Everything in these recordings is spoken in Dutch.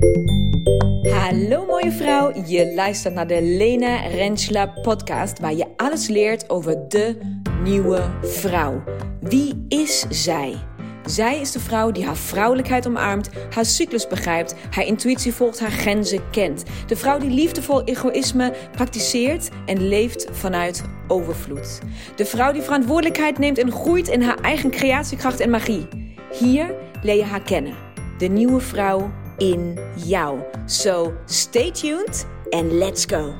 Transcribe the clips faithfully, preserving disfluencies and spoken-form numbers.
Hallo mooie vrouw, je luistert naar de Lena Rentschler podcast waar je alles leert over de nieuwe vrouw. Wie is zij? Zij is de vrouw die haar vrouwelijkheid omarmt, haar cyclus begrijpt, haar intuïtie volgt, haar grenzen kent. De vrouw die liefdevol egoïsme praktiseert en leeft vanuit overvloed. De vrouw die verantwoordelijkheid neemt en groeit in haar eigen creatiekracht en magie. Hier leer je haar kennen. De nieuwe vrouw in jou. So stay tuned and let's go.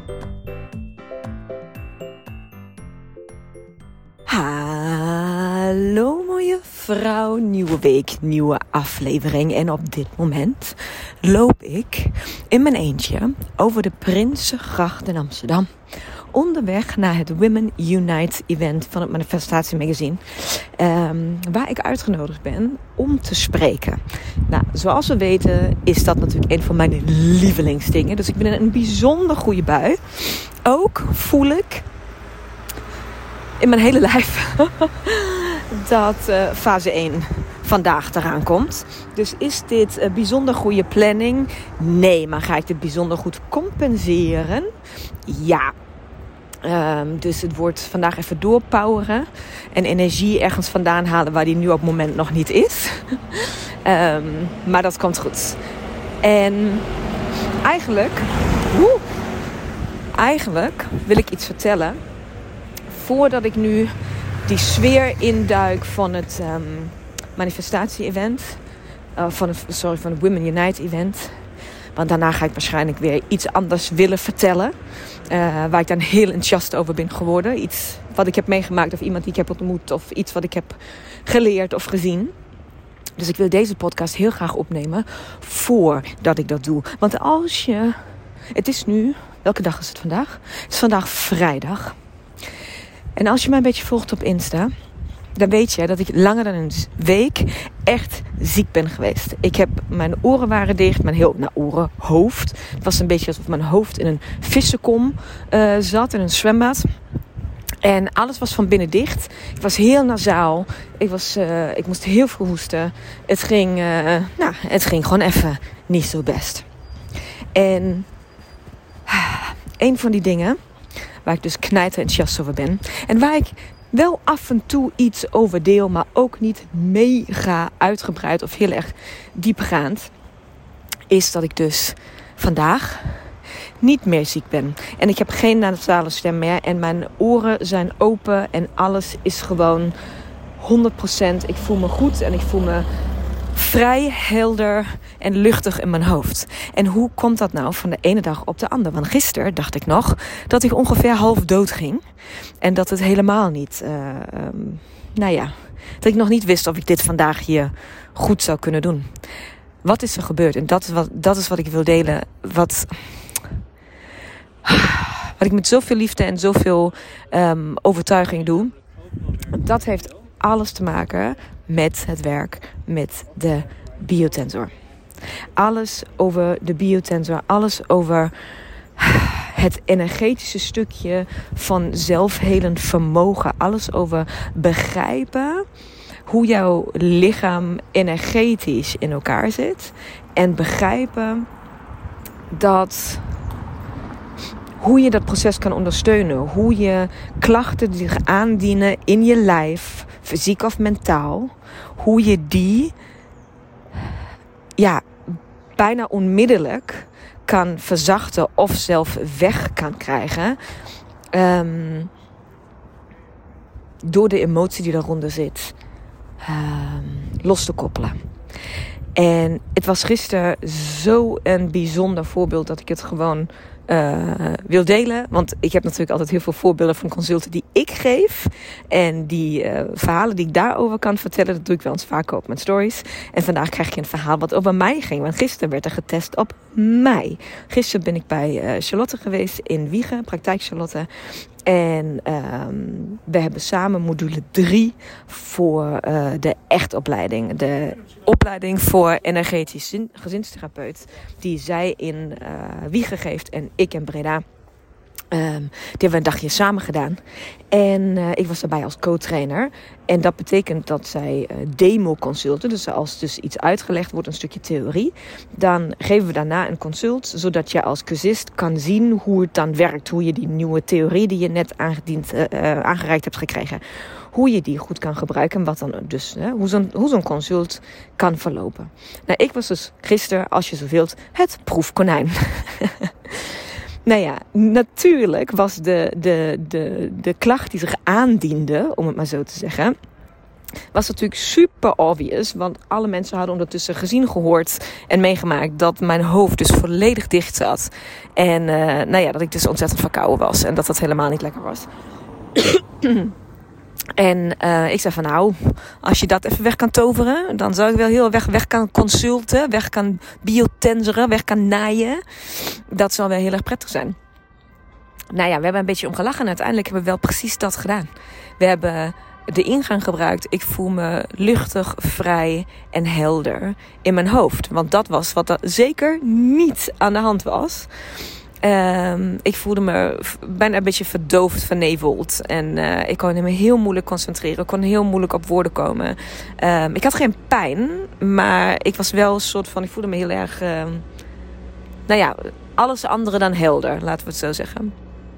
Hallo mooie vrouw, nieuwe week, nieuwe aflevering. En op dit moment loop ik in mijn eentje over de Prinsengracht in Amsterdam. Onderweg naar het Women Unite event van het Manifestatie Magazine. Um, waar ik uitgenodigd ben om te spreken. Nou, zoals we weten is dat natuurlijk een van mijn lievelingsdingen. Dus ik ben in een bijzonder goede bui. Ook voel ik in mijn hele lijf dat uh, fase één vandaag eraan komt. Dus is dit een bijzonder goede planning? Nee, maar ga ik dit bijzonder goed compenseren? Ja. Um, dus het wordt vandaag even doorpoweren en energie ergens vandaan halen waar die nu op het moment nog niet is. um, maar dat komt goed. En eigenlijk, woe, eigenlijk wil ik iets vertellen voordat ik nu die sfeer induik van het um, manifestatie-event. Uh, van het, sorry, van het Women Unite event. Want daarna ga ik waarschijnlijk weer iets anders willen vertellen. Uh, waar ik dan heel enthousiast over ben geworden. Iets wat ik heb meegemaakt of iemand die ik heb ontmoet. Of iets wat ik heb geleerd of gezien. Dus ik wil deze podcast heel graag opnemen voordat ik dat doe. Want als je... Het is nu... Welke dag is het vandaag? Het is vandaag vrijdag. En als je mij een beetje volgt op Insta... dan weet je dat ik langer dan een week echt ziek ben geweest. Ik heb, mijn oren waren dicht, mijn heel, nou oren, hoofd. Het was een beetje alsof mijn hoofd in een vissenkom uh, zat, in een zwembad. En alles was van binnen dicht. Ik was heel nasaal. Ik, was, uh, ik moest heel veel hoesten. Het ging, uh, nou, het ging gewoon even niet zo best. En uh, een van die dingen waar ik dus knijter enthousiast over ben. En waar ik wel af en toe iets over deel, maar ook niet mega uitgebreid of heel erg diepgaand, is dat ik dus vandaag niet meer ziek ben. En ik heb geen nasale stem meer en mijn oren zijn open en alles is gewoon honderd procent. Ik voel me goed en ik voel me vrij, helder en luchtig in mijn hoofd. En hoe komt dat nou van de ene dag op de andere? Want gisteren dacht ik nog dat ik ongeveer half dood ging. En dat het helemaal niet... Uh, um, nou ja, dat ik nog niet wist of ik dit vandaag hier goed zou kunnen doen. Wat is er gebeurd? En dat is wat, dat is wat ik wil delen. Wat, wat ik met zoveel liefde en zoveel um, overtuiging doe. Dat heeft alles te maken met het werk met de biotensor. Alles over de biotensor, alles over het energetische stukje van zelfhelend vermogen. Alles over begrijpen hoe jouw lichaam energetisch in elkaar zit. En begrijpen dat hoe je dat proces kan ondersteunen. Hoe je klachten die zich aandienen in je lijf, fysiek of mentaal, hoe je die ja, bijna onmiddellijk kan verzachten of zelf weg kan krijgen. Um, door de emotie die daaronder zit um, los te koppelen. En het was gisteren zo een bijzonder voorbeeld dat ik het gewoon uh, wil delen. Want ik heb natuurlijk altijd heel veel voorbeelden van consulten die ik geef. En die uh, verhalen die ik daarover kan vertellen, dat doe ik wel eens vaker op mijn stories. En vandaag krijg je een verhaal wat over mij ging. Want gisteren werd er getest op mij. Gisteren ben ik bij uh, Charlotte geweest in Wiegen, praktijk Charlotte. En um, we hebben samen module drie voor uh, de echtopleiding. De opleiding voor energetisch zin, gezinstherapeut. Die zij in uh, Wiegen geeft en ik in Breda. Um, die hebben we een dagje samen gedaan. En uh, ik was daarbij als co-trainer. En dat betekent dat zij uh, demo-consulten. Dus als dus iets uitgelegd wordt, een stukje theorie. Dan geven we daarna een consult. Zodat je als cursist kan zien hoe het dan werkt. Hoe je die nieuwe theorie die je net aangediend, uh, uh, aangereikt hebt gekregen. Hoe je die goed kan gebruiken. En wat dan dus, uh, hoe, zo'n, hoe zo'n consult kan verlopen. Nou, ik was dus gisteren, als je zo wilt, het proefkonijn. Nou ja, natuurlijk was de, de, de, de klacht die zich aandiende, om het maar zo te zeggen, was natuurlijk super obvious. Want alle mensen hadden ondertussen gezien, gehoord en meegemaakt dat mijn hoofd dus volledig dicht zat. En uh, nou ja, dat ik dus ontzettend verkouden was en dat dat helemaal niet lekker was. En uh, ik zei van nou, als je dat even weg kan toveren, dan zou ik wel heel weg, weg kan consulten, weg kan biotenseren, weg kan naaien. Dat zal wel heel erg prettig zijn. Nou ja, we hebben een beetje om gelachen en uiteindelijk hebben we wel precies dat gedaan. We hebben de ingang gebruikt. Ik voel me luchtig, vrij en helder in mijn hoofd. Want dat was wat er zeker niet aan de hand was. Um, ik voelde me bijna een beetje verdoofd, verneveld. En uh, ik kon me heel moeilijk concentreren. Ik kon heel moeilijk op woorden komen. Um, ik had geen pijn, maar ik was wel een soort van... Ik voelde me heel erg... Um, nou ja, alles andere dan helder, laten we het zo zeggen.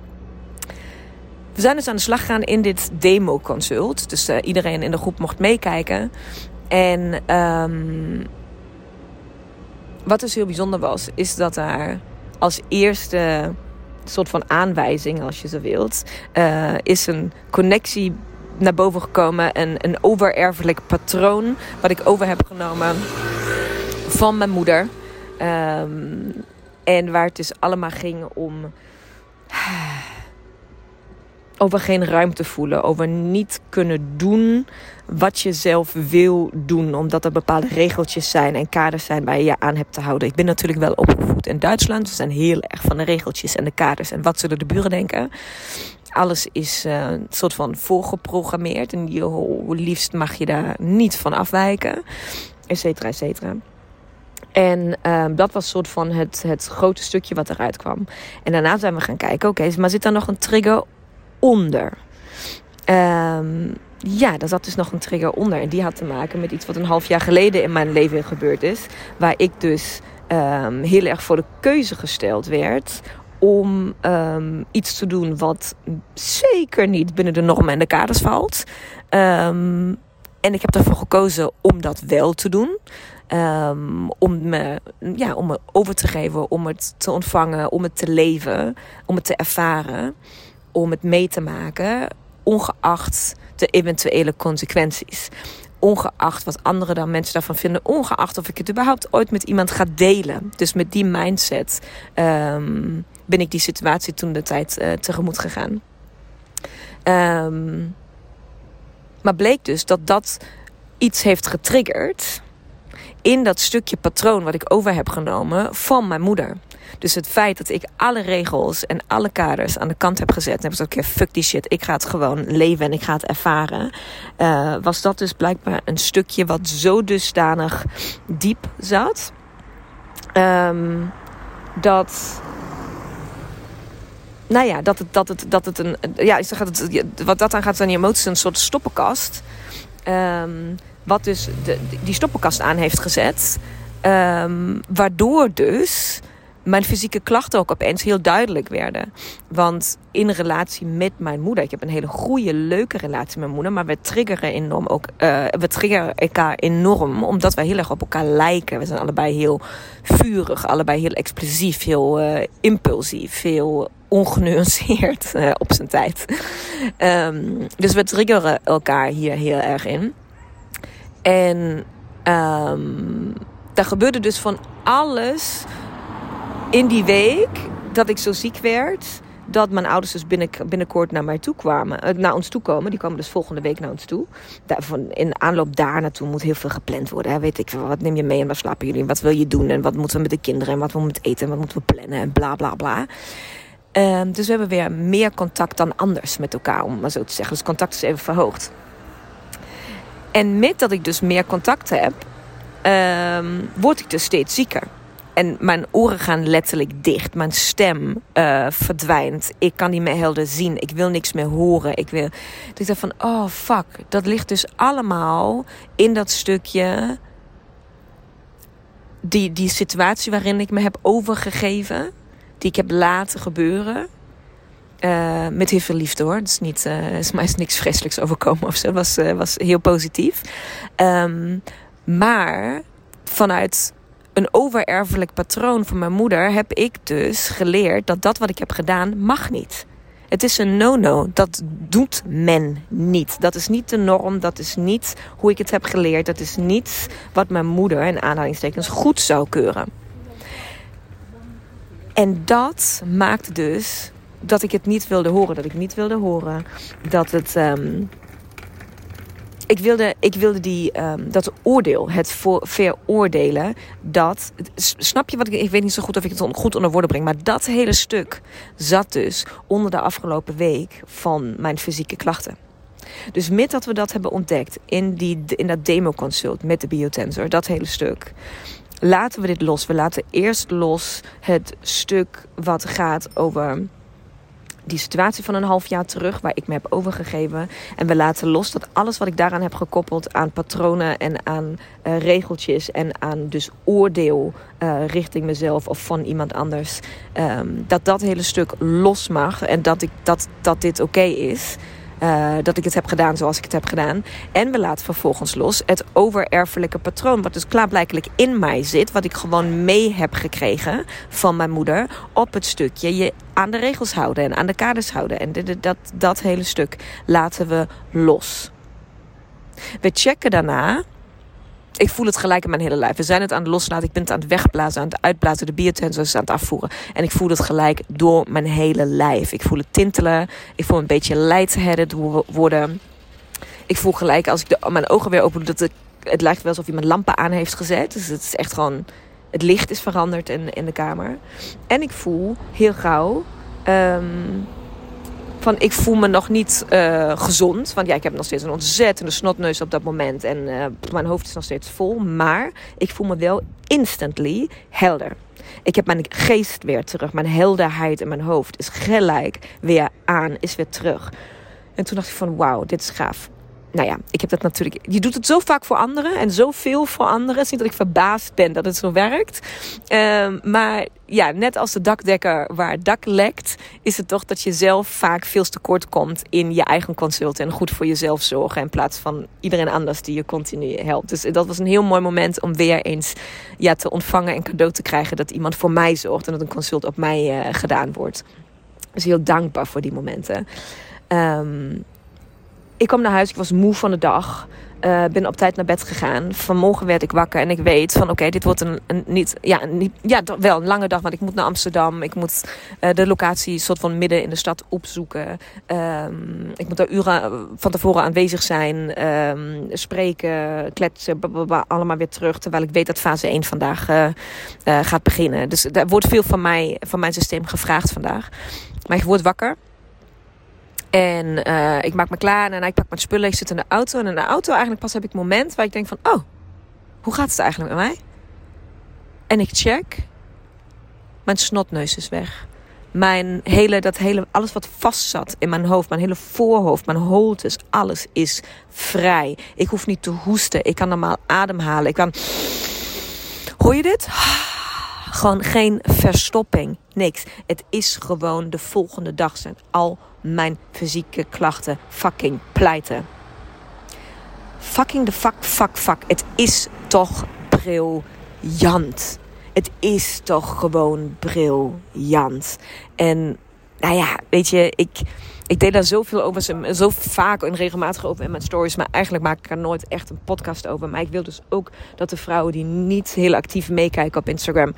We zijn dus aan de slag gegaan in dit demo-consult. Dus uh, iedereen in de groep mocht meekijken. En um, wat dus heel bijzonder was, is dat daar... Als eerste soort van aanwijzing, als je zo wilt, uh, is een connectie naar boven gekomen. Een, een overerfelijk patroon wat ik over heb genomen van mijn moeder. Um, en waar het dus allemaal ging om... Over geen ruimte voelen. Over niet kunnen doen wat je zelf wil doen. Omdat er bepaalde regeltjes zijn en kaders zijn waar je je aan hebt te houden. Ik ben natuurlijk wel opgevoed in Duitsland. We zijn heel erg van de regeltjes en de kaders. En wat zullen de buren denken? Alles is uh, een soort van voorgeprogrammeerd. En je, liefst mag je daar niet van afwijken. Et cetera, et cetera. En uh, dat was soort van het, het grote stukje wat eruit kwam. En daarna zijn we gaan kijken. Oké, okay, maar zit er nog een trigger onder? Um, ja, daar zat dus nog een trigger onder. En die had te maken met iets wat een half jaar geleden in mijn leven gebeurd is. Waar ik dus um, heel erg voor de keuze gesteld werd om um, iets te doen wat zeker niet binnen de normen en de kaders valt. Um, en ik heb ervoor gekozen om dat wel te doen. Um, om, me, ja, om me over te geven, om het te ontvangen, om het te leven, om het te ervaren, om het mee te maken, ongeacht de eventuele consequenties. Ongeacht wat anderen dan mensen daarvan vinden. Ongeacht of ik het überhaupt ooit met iemand ga delen. Dus met die mindset um, ben ik die situatie toen de tijd uh, tegemoet gegaan. Um, maar bleek dus dat dat iets heeft getriggerd in dat stukje patroon wat ik over heb genomen van mijn moeder. Dus het feit dat ik alle regels en alle kaders aan de kant heb gezet. En heb gezegd, oké, okay, fuck die shit. Ik ga het gewoon leven en ik ga het ervaren. Uh, was dat dus blijkbaar een stukje wat zo dusdanig diep zat. Um, dat... Nou ja, dat het, dat het, dat het een... Ja, ik zeg het, wat dat aan gaat zijn die emoties een soort stoppenkast. Um, wat dus de, die stoppenkast aan heeft gezet. Um, waardoor dus mijn fysieke klachten ook opeens heel duidelijk werden. Want in relatie met mijn moeder... Ik heb een hele goede, leuke relatie met mijn moeder. Maar we triggeren enorm ook... Uh, we triggeren elkaar enorm. Omdat wij heel erg op elkaar lijken. We zijn allebei heel vurig. Allebei heel explosief. Heel uh, impulsief. Heel ongenuanceerd uh, op zijn tijd. Um, dus we triggeren elkaar hier heel erg in. En um, daar gebeurde dus van alles in die week dat ik zo ziek werd, dat mijn ouders dus binnen, binnenkort naar mij toe kwamen, naar ons toe komen. Die komen dus volgende week naar ons toe. Daarvan, in aanloop daar naartoe moet heel veel gepland worden. Hè. Weet ik veel, wat neem je mee en waar slapen jullie? Wat wil je doen? En wat moeten we met de kinderen? En wat we moeten eten? En wat moeten we plannen? En bla bla bla. Um, dus we hebben weer meer contact dan anders met elkaar, om maar zo te zeggen. Dus contact is even verhoogd. En met dat ik dus meer contact heb, um, word ik dus steeds zieker. en mijn oren gaan letterlijk dicht. Mijn stem uh, verdwijnt. Ik kan niet meer helder zien. Ik wil niks meer horen. Ik wil... Dus ik dacht van, oh fuck. Dat ligt dus allemaal in dat stukje... Die, die situatie waarin ik me heb overgegeven. Die ik heb laten gebeuren. Uh, met heel veel liefde hoor. Het is niet, uh, is mij is niks vreselijks overkomen of zo. Het was, uh, was heel positief. Um, maar vanuit een overerfelijk patroon van mijn moeder heb ik dus geleerd dat dat wat ik heb gedaan mag niet. Het is een no-no. Dat doet men niet. Dat is niet de norm. Dat is niet hoe ik het heb geleerd. Dat is niet wat mijn moeder, in aanhalingstekens, goed zou keuren. En dat maakte dus dat ik het niet wilde horen. Dat ik niet wilde horen. Dat het... Um, ik wilde, ik wilde die, um, dat oordeel, het voor, veroordelen. Dat, snap je wat ik... Ik weet niet zo goed of ik het goed onder woorden breng. Maar dat hele stuk zat dus onder de afgelopen week van mijn fysieke klachten. Dus met dat we dat hebben ontdekt in, die, in dat demo-consult met de biotensor, dat hele stuk, laten we dit los. We laten eerst los het stuk wat gaat over die situatie van een half jaar terug, waar ik me heb overgegeven. En we laten los dat alles wat ik daaraan heb gekoppeld aan patronen en aan uh, regeltjes en aan dus oordeel uh, richting mezelf of van iemand anders, um, dat dat hele stuk los mag en dat, ik, dat, dat dit oké okay is. Uh, dat ik het heb gedaan zoals ik het heb gedaan. En we laten vervolgens los het overerfelijke patroon, wat dus klaarblijkelijk in mij zit, wat ik gewoon mee heb gekregen van mijn moeder, op het stukje je aan de regels houden en aan de kaders houden. En de, de, dat, dat hele stuk laten we los. We checken daarna. Ik voel het gelijk in mijn hele lijf. We zijn het aan het loslaten. Ik ben het aan het wegblazen, aan het uitblazen. De biotensor is aan het afvoeren. En ik voel het gelijk door mijn hele lijf. Ik voel het tintelen. Ik voel een beetje lightheaded worden. Ik voel gelijk als ik de, mijn ogen weer open doe, dat het, het lijkt wel alsof iemand lampen aan heeft gezet. Dus het is echt gewoon... Het licht is veranderd in, in de kamer. En ik voel heel gauw... Um, Van, ik voel me nog niet uh, gezond. Want ja, ik heb nog steeds een ontzettende snotneus op dat moment. En uh, mijn hoofd is nog steeds vol. Maar ik voel me wel instantly helder. Ik heb mijn geest weer terug. Mijn helderheid in mijn hoofd is gelijk weer aan. Is weer terug. En toen dacht ik van wauw, dit is gaaf. Nou ja, ik heb dat natuurlijk... Je doet het zo vaak voor anderen. En zoveel voor anderen. Het is niet dat ik verbaasd ben dat het zo werkt. Um, maar ja, net als de dakdekker waar het dak lekt, is het toch dat je zelf vaak veel te kort komt in je eigen consult. En goed voor jezelf zorgen. In plaats van iedereen anders die je continu helpt. Dus dat was een heel mooi moment om weer eens ja, te ontvangen en cadeau te krijgen. Dat iemand voor mij zorgt. En dat een consult op mij uh, gedaan wordt. Dus heel dankbaar voor die momenten. Um, Ik kwam naar huis, ik was moe van de dag. Uh, ben op tijd naar bed gegaan. Vanmorgen werd ik wakker en ik weet van oké, okay, dit wordt een, een niet, ja, niet, ja, wel een lange dag. Want ik moet naar Amsterdam. Ik moet uh, de locatie soort van midden in de stad opzoeken. Um, ik moet daar uren van tevoren aanwezig zijn. Um, spreken, kletsen, blablabla, allemaal weer terug. Terwijl ik weet dat fase één vandaag uh, uh, gaat beginnen. Dus er wordt veel van, mij, van mijn systeem gevraagd vandaag. Maar ik word wakker. En uh, ik maak me klaar en ik pak mijn spullen. Ik zit in de auto. En in de auto eigenlijk pas heb ik een moment waar ik denk van... Oh, hoe gaat het eigenlijk met mij? En ik check. Mijn snotneus is weg. Mijn hele, dat hele, alles wat vast zat in mijn hoofd. Mijn hele voorhoofd, mijn holtes. Alles is vrij. Ik hoef niet te hoesten. Ik kan normaal ademhalen. Ik kan... Hoor je dit? Gewoon geen verstopping. Niks. Het is gewoon de volgende dag zijn al mijn fysieke klachten fucking pleiten. Fucking de fuck, fuck, fuck. Het is toch briljant. Het is toch gewoon briljant. En nou ja, weet je, ik, ik deed daar zoveel over, zo vaak en regelmatig over in mijn stories, maar eigenlijk maak ik er nooit echt een podcast over. Maar ik wil dus ook dat de vrouwen die niet heel actief meekijken op Instagram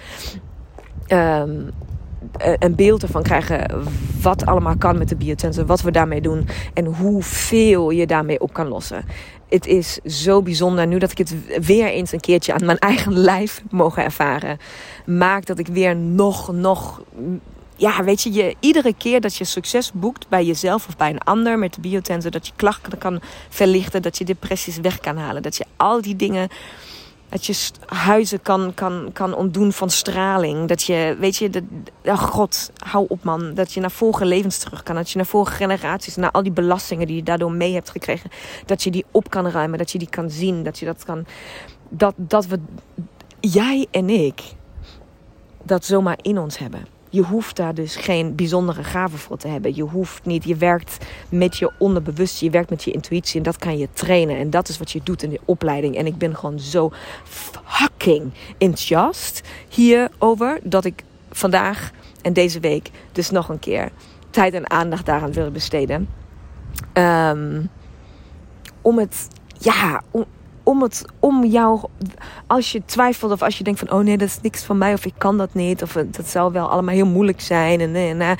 Um, een beeld ervan krijgen wat allemaal kan met de biotensor, wat we daarmee doen en hoeveel je daarmee op kan lossen. Het is zo bijzonder nu dat ik het weer eens een keertje aan mijn eigen lijf mogen ervaren. Maakt dat ik weer nog, nog... Ja, weet je, je, iedere keer dat je succes boekt bij jezelf of bij een ander met de biotensor, dat je klachten kan verlichten, dat je depressies weg kan halen, dat je al die dingen Dat je st- huizen kan, kan, kan ontdoen van straling. Dat je, weet je, de, oh god, hou op man. Dat je naar vorige levens terug kan. Dat je naar vorige generaties, naar al die belastingen die je daardoor mee hebt gekregen. Dat je die op kan ruimen. Dat je die kan zien. Dat je dat kan... Dat, dat we, jij en ik, dat zomaar in ons hebben. Je hoeft daar dus geen bijzondere gaven voor te hebben. Je hoeft niet, je werkt met je onderbewust, je werkt met je intuïtie en dat kan je trainen. En dat is wat je doet in de opleiding. En ik ben gewoon zo fucking enthousiast hierover dat ik vandaag en deze week dus nog een keer tijd en aandacht daaraan wil besteden. Um, om het, ja, om, Om, het, om jou, als je twijfelt of als je denkt van... oh nee, dat is niks van mij of ik kan dat niet. Of dat zou wel allemaal heel moeilijk zijn. En, en, en,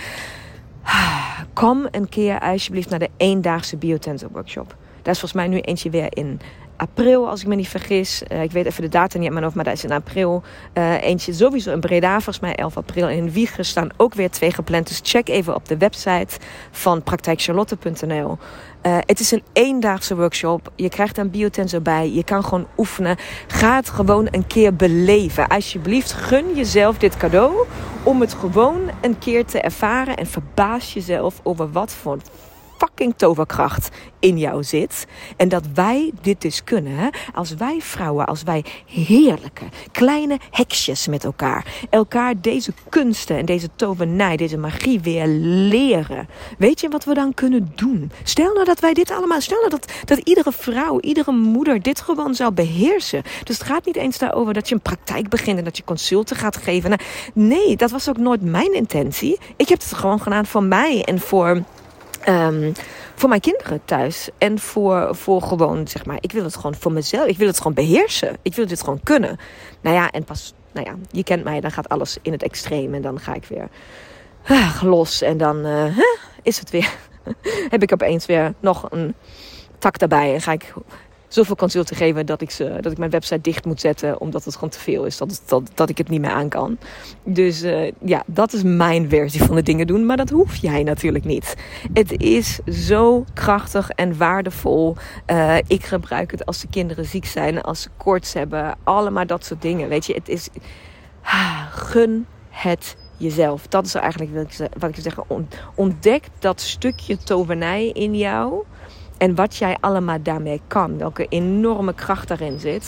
kom een keer alsjeblieft naar de eendaagse Biotensor workshop. Daar is volgens mij nu eentje weer in april, als ik me niet vergis. Uh, ik weet even de data niet uit mijn hoofd, maar dat is in april. Uh, eentje sowieso in Breda, volgens mij elf april. En in Wiegen staan ook weer twee gepland. Dus check even op de website van praktijk charlotte punt n l. Uh, het is een eendaagse workshop. Je krijgt een Biotensor bij. Je kan gewoon oefenen. Ga het gewoon een keer beleven. Alsjeblieft, gun jezelf dit cadeau om het gewoon een keer te ervaren. En verbaas jezelf over wat voor fucking toverkracht in jou zit. En dat wij dit dus kunnen. Hè? Als wij vrouwen, als wij heerlijke, kleine heksjes met elkaar. Elkaar deze kunsten en deze tovernij, deze magie weer leren. Weet je wat we dan kunnen doen? Stel nou dat wij dit allemaal, stel nou dat, dat iedere vrouw, iedere moeder dit gewoon zou beheersen. Dus het gaat niet eens daarover dat je een praktijk begint en dat je consulten gaat geven. Nou, nee, dat was ook nooit mijn intentie. Ik heb het gewoon gedaan voor mij en voor... Um, voor mijn kinderen thuis. En voor, voor gewoon, zeg maar, ik wil het gewoon voor mezelf. Ik wil het gewoon beheersen. Ik wil dit gewoon kunnen. Nou ja, en pas, nou ja, je kent mij. Dan gaat alles in het extreem. En dan ga ik weer uh, los. En dan uh, huh, is het weer... heb ik opeens weer nog een tak daarbij. En ga ik zoveel consulten geven dat ik, ze, dat ik mijn website dicht moet zetten. Omdat het gewoon te veel is. Dat, dat, dat ik het niet meer aan kan. Dus uh, ja, dat is mijn versie van de dingen doen. Maar dat hoef jij natuurlijk niet. Het is zo krachtig en waardevol. Uh, ik gebruik het als de kinderen ziek zijn. Als ze koorts hebben. Allemaal dat soort dingen. Weet je, het is... Ah, gun het jezelf. Dat is eigenlijk wat ik wil zeggen. Ontdek dat stukje tovernij in jou... En wat jij allemaal daarmee kan. Welke enorme kracht daarin zit.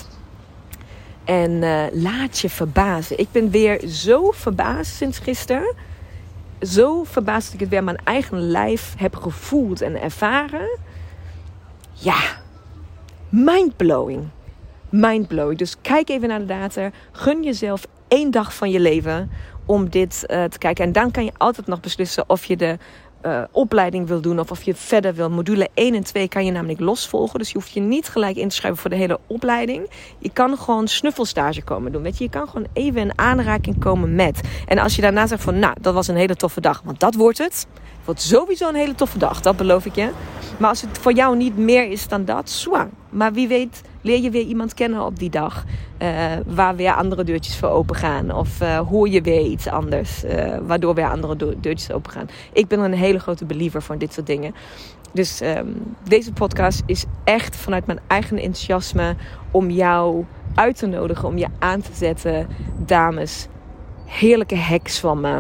En uh, laat je verbazen. Ik ben weer zo verbaasd sinds gisteren. Zo verbaasd dat ik het weer mijn eigen lijf heb gevoeld en ervaren. Ja. Mindblowing. Mindblowing. Dus kijk even naar de data. Gun jezelf één dag van je leven om dit uh, te kijken. En dan kan je altijd nog beslissen of je de... Uh, opleiding wil doen of of je verder wil. Module één en twee kan je namelijk losvolgen. Dus je hoeft je niet gelijk in te schrijven voor de hele opleiding. Je kan gewoon snuffelstage komen doen. Weet je, je kan gewoon even in aanraking komen met. En als je daarna zegt van, nou, dat was een hele toffe dag. Want dat wordt het. Het wordt sowieso een hele toffe dag. Dat beloof ik je. Maar als het voor jou niet meer is dan dat, zwang. Maar wie weet leer je weer iemand kennen op die dag. Uh, waar weer andere deurtjes voor open gaan. Of uh, hoor je weer iets anders. Uh, waardoor weer andere do- deurtjes open gaan. Ik ben een hele grote believer van dit soort dingen. Dus um, deze podcast is echt vanuit mijn eigen enthousiasme. Om jou uit te nodigen. Om je aan te zetten. Dames. Heerlijke heks van me.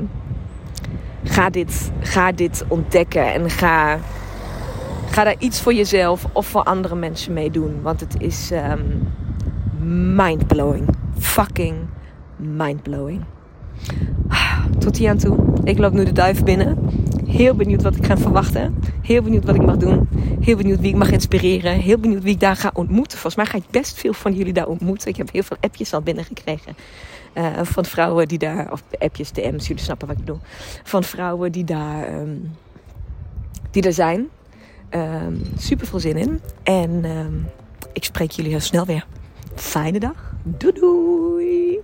Ga dit, ga dit ontdekken. En ga... Ga daar iets voor jezelf of voor andere mensen mee doen. Want het is um, mindblowing. Fucking mindblowing. Tot hier aan toe. Ik loop nu de duif binnen. Heel benieuwd wat ik ga verwachten. Heel benieuwd wat ik mag doen. Heel benieuwd wie ik mag inspireren. Heel benieuwd wie ik daar ga ontmoeten. Volgens mij ga ik best veel van jullie daar ontmoeten. Ik heb heel veel appjes al binnengekregen. Uh, van vrouwen die daar... Of appjes, D M's, jullie snappen wat ik bedoel. Van vrouwen die daar... Um, die er zijn. Um, super veel zin in. En um, ik spreek jullie heel snel weer. Fijne dag. Doei doei.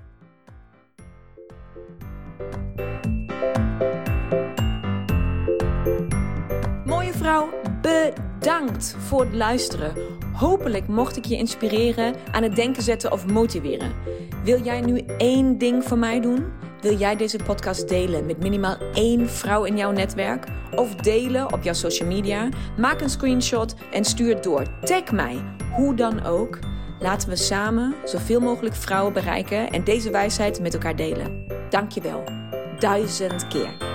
Mooie vrouw, bedankt voor het luisteren. Hopelijk mocht ik je inspireren, aan het denken zetten of motiveren. Wil jij nu één ding voor mij doen? Wil jij deze podcast delen met minimaal één vrouw in jouw netwerk? Of delen op jouw social media? Maak een screenshot en stuur het door. Tag mij, hoe dan ook. Laten we samen zoveel mogelijk vrouwen bereiken en deze wijsheid met elkaar delen. Dank je wel. Duizend keer.